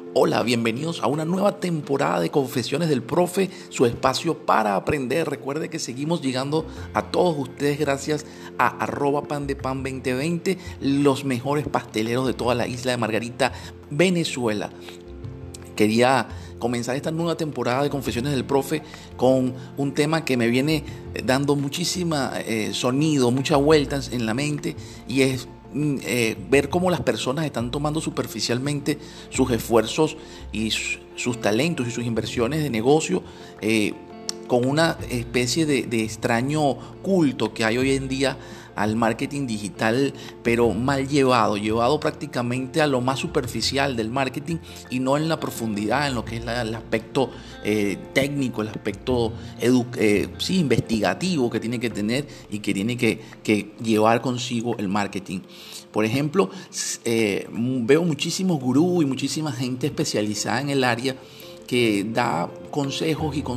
Hola, bienvenidos a una nueva temporada de Confesiones del Profe, su espacio para aprender. Recuerde que seguimos llegando a todos ustedes gracias a @pandepan2020, los mejores pasteleros de toda la isla de Margarita, Venezuela. Quería comenzar esta nueva temporada de Confesiones del Profe con un tema que me viene dando muchísima sonido, muchas vueltas en la mente, y es ver cómo las personas están tomando superficialmente sus esfuerzos y sus talentos y sus inversiones de negocio con una especie de extraño culto que hay hoy en día al marketing digital, pero mal llevado prácticamente a lo más superficial del marketing y no en la profundidad, en lo que es el aspecto técnico, el aspecto investigativo que tiene que tener y que tiene que llevar consigo el marketing. Por ejemplo, veo muchísimos gurús y muchísima gente especializada en el área que da consejos y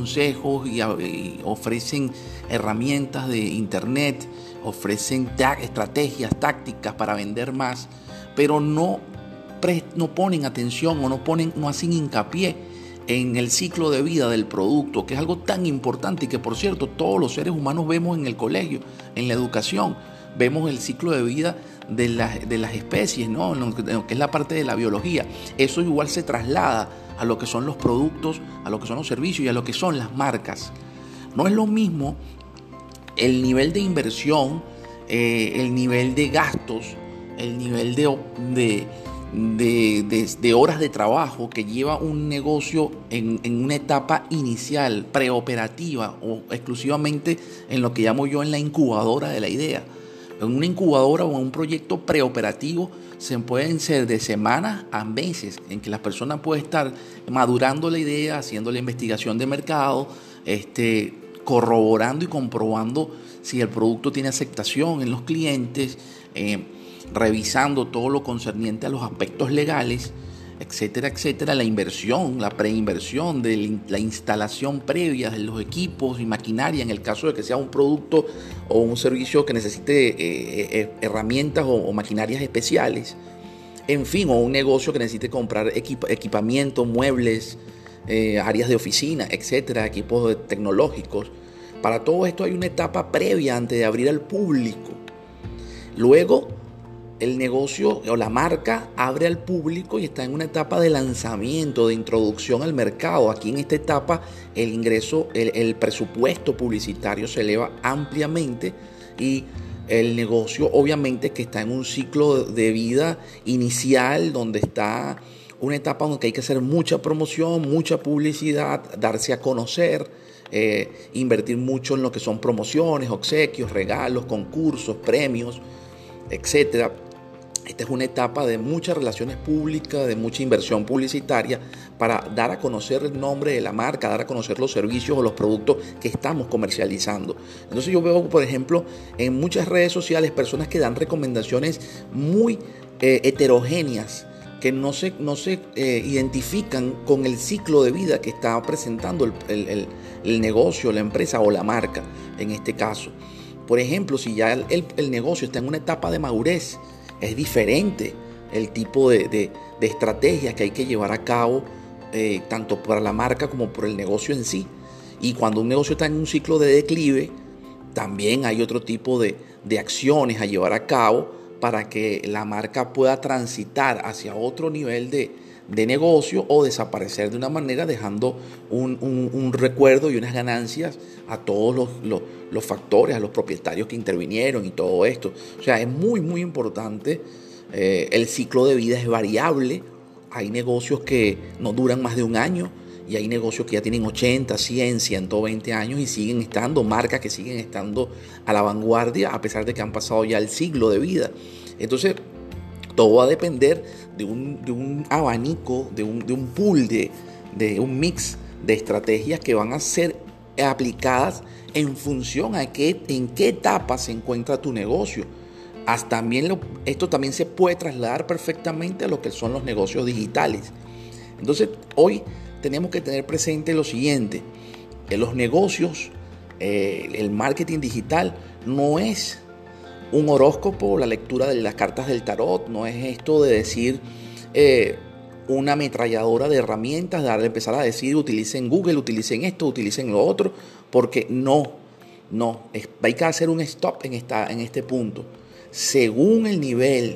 ofrecen herramientas de internet, ofrecen estrategias, tácticas para vender más, pero no ponen atención o no hacen hincapié en el ciclo de vida del producto, que es algo tan importante y que, por cierto, todos los seres humanos vemos en el colegio, en la educación. Vemos el ciclo de vida de las especies, ¿no? En lo que es la parte de la biología. Eso igual se traslada a lo que son los productos, a lo que son los servicios y a lo que son las marcas. No es lo mismo el nivel de inversión, el nivel de gastos, el nivel de horas de trabajo que lleva un negocio en una etapa inicial, preoperativa o exclusivamente en lo que llamo yo en la incubadora de la idea. En una incubadora o en un proyecto preoperativo se pueden ser de semanas a meses en que la persona puede estar madurando la idea, haciendo la investigación de mercado, corroborando y comprobando si el producto tiene aceptación en los clientes, revisando todo lo concerniente a los aspectos legales, etcétera, etcétera. La inversión, la preinversión de la instalación previa de los equipos y maquinaria en el caso de que sea un producto o un servicio que necesite herramientas o maquinarias especiales, en fin, o un negocio que necesite comprar equipamiento, muebles, áreas de oficina, etcétera, equipos tecnológicos. Para todo esto hay una etapa previa antes de abrir al público. Luego el negocio o la marca abre al público y está en una etapa de lanzamiento, de introducción al mercado. Aquí en esta etapa el presupuesto publicitario se eleva ampliamente y el negocio obviamente que está en un ciclo de vida inicial donde está una etapa donde hay que hacer mucha promoción, mucha publicidad, darse a conocer, invertir mucho en lo que son promociones, obsequios, regalos, concursos, premios, etcétera. Esta es una etapa de muchas relaciones públicas, de mucha inversión publicitaria para dar a conocer el nombre de la marca, dar a conocer los servicios o los productos que estamos comercializando. Entonces yo veo, por ejemplo, en muchas redes sociales personas que dan recomendaciones muy heterogéneas, que no se identifican con el ciclo de vida que está presentando el negocio, la empresa o la marca en este caso. Por ejemplo, si ya el negocio está en una etapa de madurez, es diferente el tipo de estrategias que hay que llevar a cabo, tanto para la marca como por el negocio en sí. Y cuando un negocio está en un ciclo de declive, también hay otro tipo de acciones a llevar a cabo para que la marca pueda transitar hacia otro nivel de negocio o desaparecer de una manera dejando un recuerdo y unas ganancias a todos los factores, a los propietarios que intervinieron y todo esto. O sea, es muy muy importante. El ciclo de vida es variable. Hay negocios que no duran más de un año y hay negocios que ya tienen 80, 100, 120 años y siguen estando, marcas que siguen estando a la vanguardia a pesar de que han pasado ya el siglo de vida. Entonces, todo va a depender de un abanico, de un pool, de un mix de estrategias que van a ser aplicadas en función a en qué etapa se encuentra tu negocio. Esto también se puede trasladar perfectamente a lo que son los negocios digitales. Entonces, hoy tenemos que tener presente lo siguiente: en los negocios, el marketing digital no es un horóscopo, la lectura de las cartas del tarot, no es esto de decir una ametralladora de herramientas, empezar a decir utilicen Google, utilicen esto, utilicen lo otro, porque hay que hacer un stop en este punto. Según el nivel,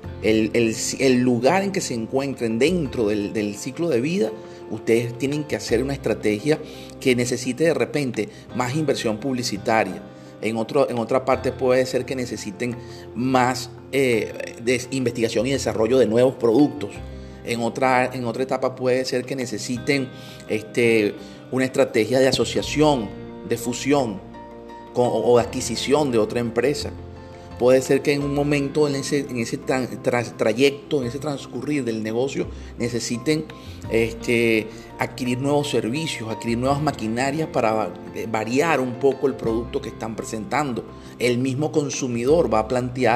el lugar en que se encuentren dentro del ciclo de vida, ustedes tienen que hacer una estrategia que necesite de repente más inversión publicitaria. En otra parte puede ser que necesiten más de investigación y desarrollo de nuevos productos. En otra etapa puede ser que necesiten una estrategia de asociación, de fusión o de adquisición de otra empresa. Puede ser que en un momento en ese trayecto, en ese transcurrir del negocio, necesiten adquirir nuevos servicios, adquirir nuevas maquinarias para variar un poco el producto que están presentando. El mismo consumidor va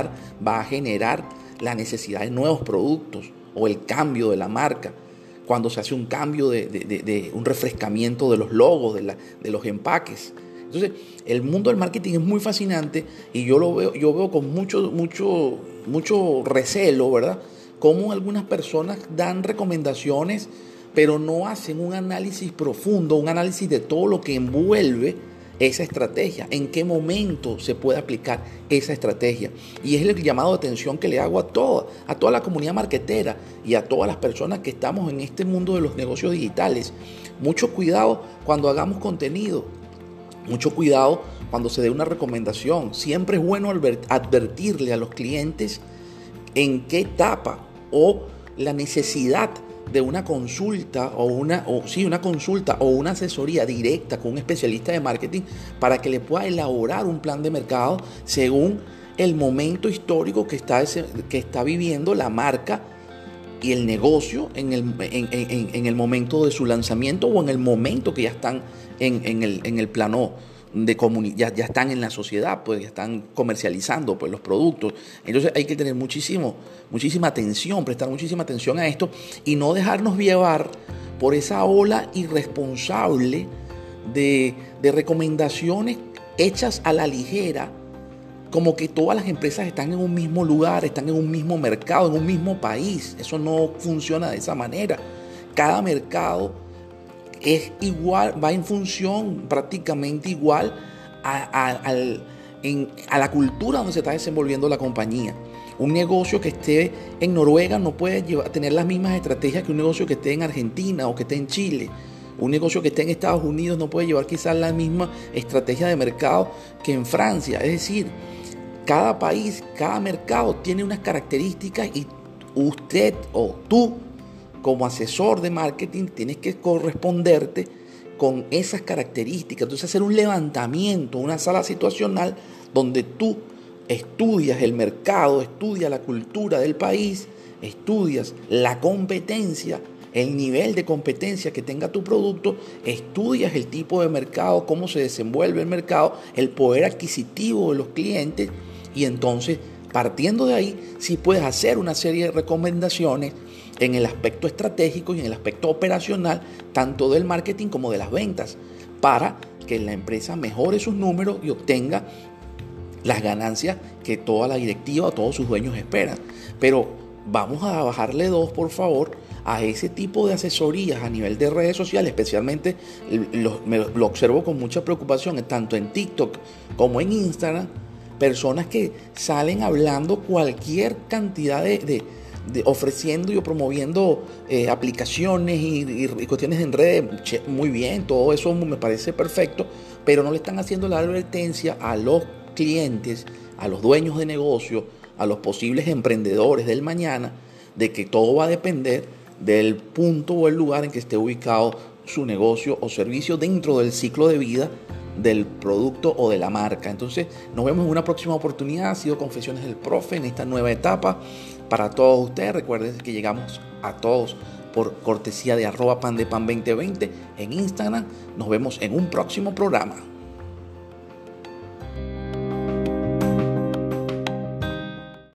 a generar la necesidad de nuevos productos o el cambio de la marca. Cuando se hace un cambio de un refrescamiento de los logos, de los empaques. Entonces, el mundo del marketing es muy fascinante y yo veo con mucho recelo, ¿verdad? Cómo algunas personas dan recomendaciones, pero no hacen un análisis profundo, un análisis de todo lo que envuelve esa estrategia, en qué momento se puede aplicar esa estrategia. Y es el llamado de atención que le hago a toda la comunidad marketera y a todas las personas que estamos en este mundo de los negocios digitales. Mucho cuidado cuando hagamos contenido. Mucho cuidado cuando se dé una recomendación. Siempre es bueno advertirle a los clientes en qué etapa o la necesidad de una consulta una consulta o una asesoría directa con un especialista de marketing para que le pueda elaborar un plan de mercado según el momento histórico que está viviendo la marca y el negocio en el momento de su lanzamiento o en el momento que ya están en el plano de ya están en la sociedad, pues ya están comercializando pues los productos. Entonces hay que tener muchísima atención, prestar muchísima atención a esto y no dejarnos llevar por esa ola irresponsable de recomendaciones hechas a la ligera, como que todas las empresas están en un mismo lugar, están en un mismo mercado, en un mismo país. Eso no funciona de esa manera. Cada mercado es igual, va en función prácticamente igual a la cultura donde se está desenvolviendo la compañía. Un negocio que esté en Noruega no puede tener las mismas estrategias que un negocio que esté en Argentina o que esté en Chile. Un negocio que esté en Estados Unidos no puede llevar quizás la misma estrategia de mercado que en Francia. Es decir, cada país, cada mercado tiene unas características y usted o tú como asesor de marketing tienes que corresponderte con esas características. Entonces hacer un levantamiento, una sala situacional donde tú estudias el mercado, estudias la cultura del país, estudias la competencia, el nivel de competencia que tenga tu producto, estudias el tipo de mercado, cómo se desenvuelve el mercado, el poder adquisitivo de los clientes y entonces partiendo de ahí sí puedes hacer una serie de recomendaciones en el aspecto estratégico y en el aspecto operacional, tanto del marketing como de las ventas, para que la empresa mejore sus números y obtenga las ganancias que toda la directiva o todos sus dueños esperan. Pero vamos a bajarle por favor, a ese tipo de asesorías a nivel de redes sociales, especialmente lo observo con mucha preocupación, tanto en TikTok como en Instagram, personas que salen hablando cualquier cantidad de ofreciendo y promoviendo aplicaciones y cuestiones en redes. Muy bien, todo eso me parece perfecto, pero no le están haciendo la advertencia a los clientes, a los dueños de negocio, a los posibles emprendedores del mañana, de que todo va a depender del punto o el lugar en que esté ubicado su negocio o servicio dentro del ciclo de vida del producto o de la marca. Entonces nos vemos en una próxima oportunidad. Ha sido Confesiones del Profe en esta nueva etapa para todos ustedes. Recuerden que llegamos a todos por cortesía de @pandepan2020 en Instagram. Nos vemos en un próximo programa.